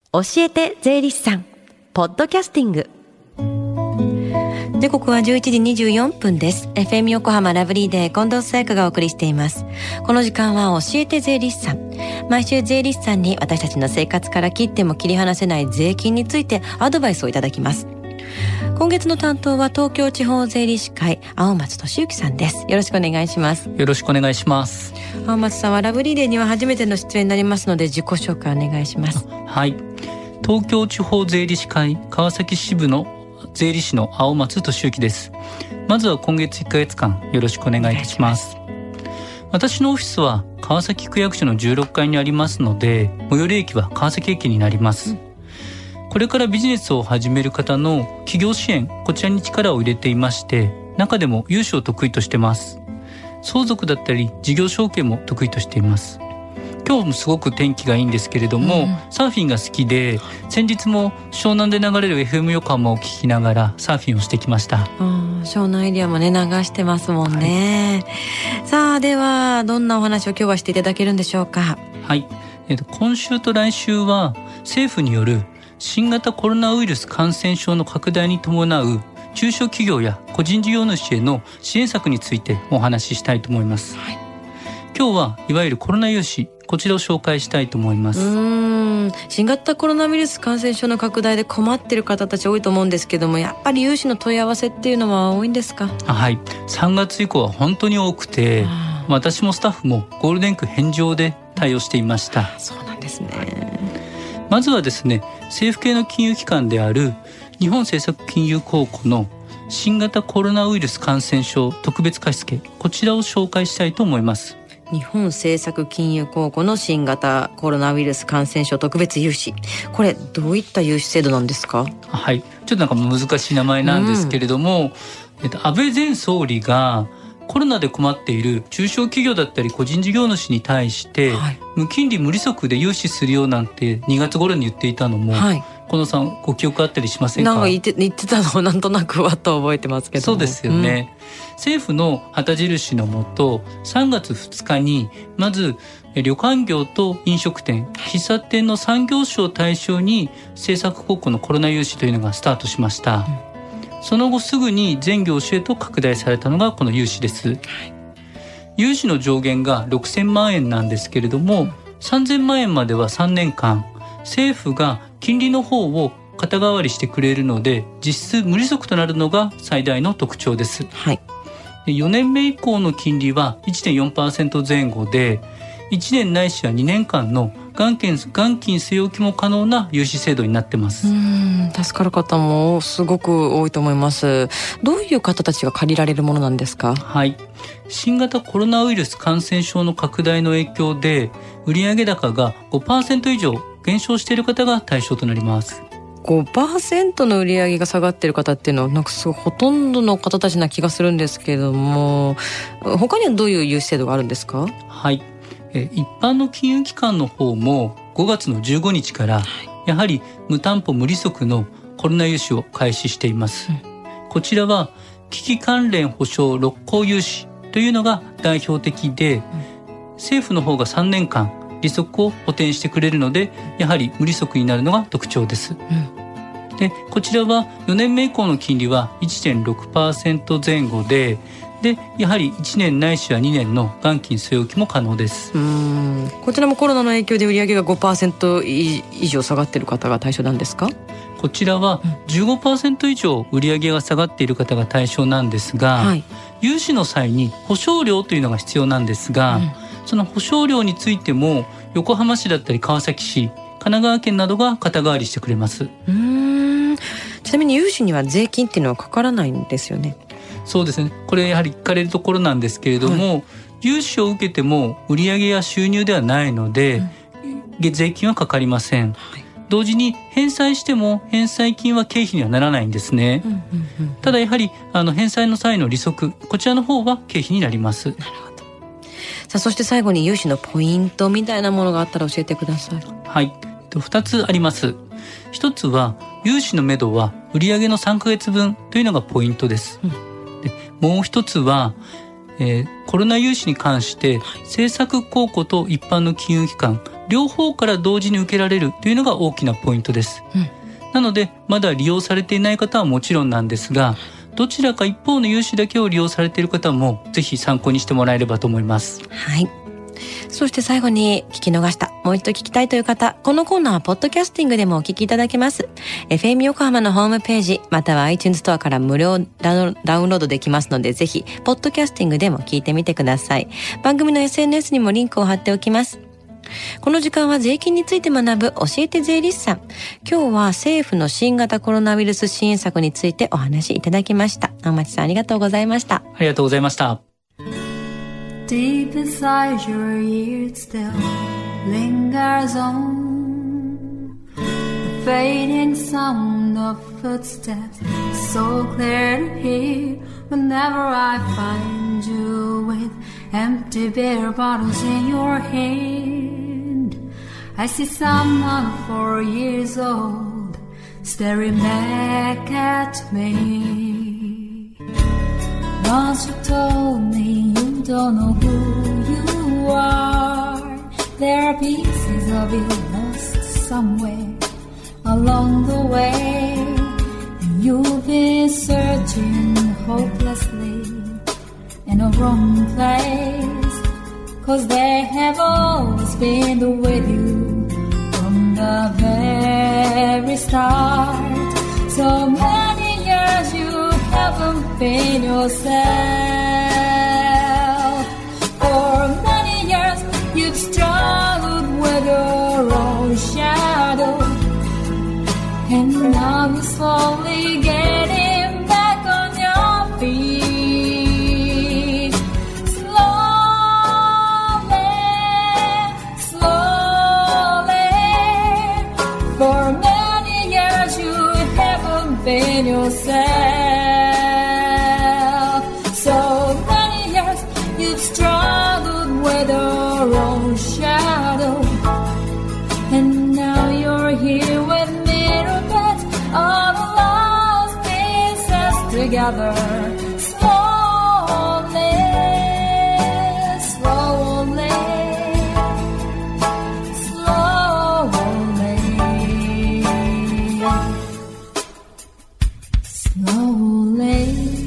教えて税理士さんポッドキャスティング。時刻は11時24分です。 FM 横浜ラブリーデー近藤沙耶香がお送りしています。この時間は教えて税理士さん。毎週税理士さんに私たちの生活から切っても切り離せない税金についてアドバイスをいただきます。今月の担当は東京地方税理士会青松俊之さんです。よろしくお願いします。 よろしくお願いします。 青松さんはラブリーデーには初めての出演になりますので自己紹介お願いします。 はい、東京地方税理士会川崎支部の税理士の青松俊之です。まずは今月1ヶ月間よろしくお願いいたします。私のオフィスは川崎区役所の16階にありますので、最寄り駅は川崎駅になります。これからビジネスを始める方の企業支援、こちらに力を入れていまして、中でも融資を得意としてます。相続だったり事業承継も得意としています。今日もすごく天気がいいんですけれども、サーフィンが好きで、先日も湘南で流れる FM 横浜を聞きながらサーフィンをしてきました。 湘南エリアもね流してますもんね、はい、さあではどんなお話を今日はしていただけるんでしょうか。 はい、今週と来週は政府による新型コロナウイルス感染症の拡大に伴う中小企業や個人事業主への支援策についてお話ししたいと思います。はい、今日はいわゆるコロナ融資、こちらを紹介したいと思います。 新型コロナウイルス感染症の拡大で困っている方たち多いと思うんですけども、やっぱり融資の問い合わせっていうのは多いんですか？ はい、3月以降は本当に多くて、私もスタッフもゴールデンウィーク返上で対応していました。 そうなんですね。 まずはですね、政府系の金融機関である日本政策金融公庫の新型コロナウイルス感染症特別貸付、こちらを紹介したいと思います。 日本政策金融公庫の新型コロナウイルス感染症特別融資、これどういった融資制度なんですか？ はい、ちょっとなんか難しい名前なんですけれども、安倍前総理がコロナで困っている中小企業だったり個人事業主に対して、無金利無利息で融資するようなんて2月頃に言っていたのも、近藤さんご記憶あったりしませんか？ なんか言ってたのをなんとなくわっと覚えてますけども。 そうですよね、政府の旗印のもと3月2日にまず旅館業と飲食店、喫茶店の3業種を対象に政策公庫のコロナ融資というのがスタートしました。その後すぐに全業種へと拡大されたのがこの融資です。融資の上限が6000万円なんですけれども、3000万円までは3年間政府が金利の方を肩代わりしてくれるので、実質無利息となるのが最大の特徴です。4年目以降の金利は 1.4% 前後で、1年ないしは2年間の元金据え置きも可能な融資制度になってます。 助かる方もすごく多いと思います。どういう方たちが借りられるものなんですか？ はい、新型コロナウイルス感染症の拡大の影響で売上高が 5% 以上減少している方が対象となります。 5% の売り上げが下がっている方っていうのはなんかすごいほとんどの方たちな気がするんですけれども、他にはどういう融資制度があるんですか？ はい、一般の金融機関の方も5月の15日からやはり無担保無利息のコロナ融資を開始しています。こちらは危機関連保証6項融資というのが代表的で、政府の方が3年間利息を補填してくれるので、やはり無利息になるのが特徴です。でこちらは4年目以降の金利は 1.6% 前後で、やはり1年ないしは2年の元金据え置きも可能です。 こちらもコロナの影響で売上が 5% 以上下がっている方が対象なんですか？ こちらは 15% 以上売上が下がっている方が対象なんですが、融資の際に保証料というのが必要なんですが、その保証料についても横浜市だったり川崎市、神奈川県などが肩代わりしてくれます。 ちなみに融資には税金っていうのはかからないんですよね？ そうですね、これやはり聞かれるところなんですけれども、融資を受けても売上や収入ではないので、税金はかかりません。同時に返済しても返済金は経費にはならないんですね。ただやはり返済の際の利息、こちらの方は経費になります。 なるほど。さあそして最後に融資のポイントみたいなものがあったら教えてください。 はい、2つあります。1つは融資のめどは売上の3ヶ月分というのがポイントです。でもう1つはコロナ融資に関して政策公庫と一般の金融機関両方から同時に受けられるというのが大きなポイントです、なのでまだ利用されていない方はもちろんなんですが、どちらか一方の融資だけを利用されている方もぜひ参考にしてもらえればと思います。 はい。そして最後に聞き逃した、もう一度聞きたいという方、このコーナーはポッドキャスティングでもお聞きいただけます。FM 横浜のホームページまたは iTunes ストアから無料ダウンロードできますので、ぜひポッドキャスティングでも聞いてみてください。番組の SNS にもリンクを貼っておきます。この時間は税金について学ぶ教えて税理士さん。今日は政府の新型コロナウイルス支援策についてお話いただきました。直町さん、ありがとうございました。 ありがとうございました。 Deep inside your ear still lingers on the fading sound of footsteps, so clear to hear whenever I find you with empty beer bottles in your hand. I see someone 4 years old staring back at me. Once you told me you don't know who you are. There are pieces of you lost somewhere along the way, and you've been searching hopelessly in a wrong place, 'cause they have always been with you from the very start. So many years you haven't been yourself. For many years you've struggled with your own shadow, and now you're slowly getting back on your feet. Slowly, slowly. For many years you haven't been yourself. So many years you've struggled with your own shadow, and now you're here with me to put all the lost pieces together. Slowly, slowly, slowly, slowly.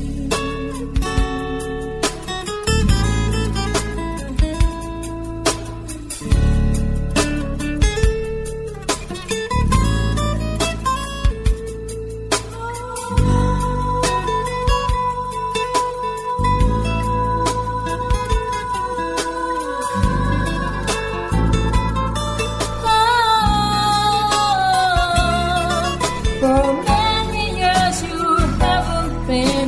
For many years you haven't been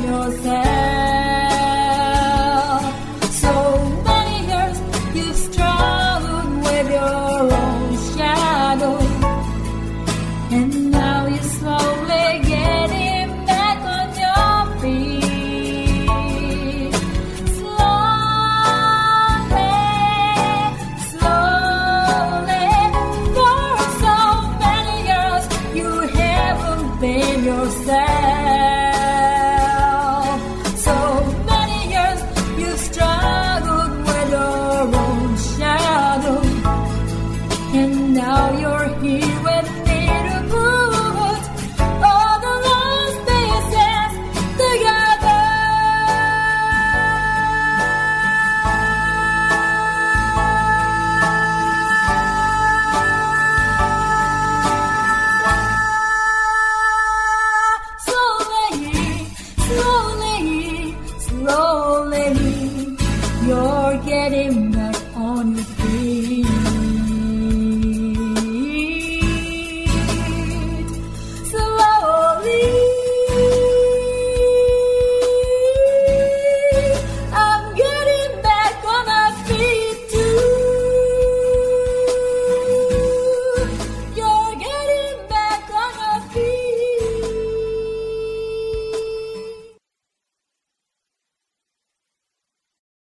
yourself. So many years you've struggled with your own shadow, and now you're slowly getting back on your feet. Slowly, slowly. For so many years you haven't been yourself. So many years you've struggled with your own shadow, and now you're here with me to put all the lost pieces together. Slowly, slowly, slowly, you're getting back on your feet.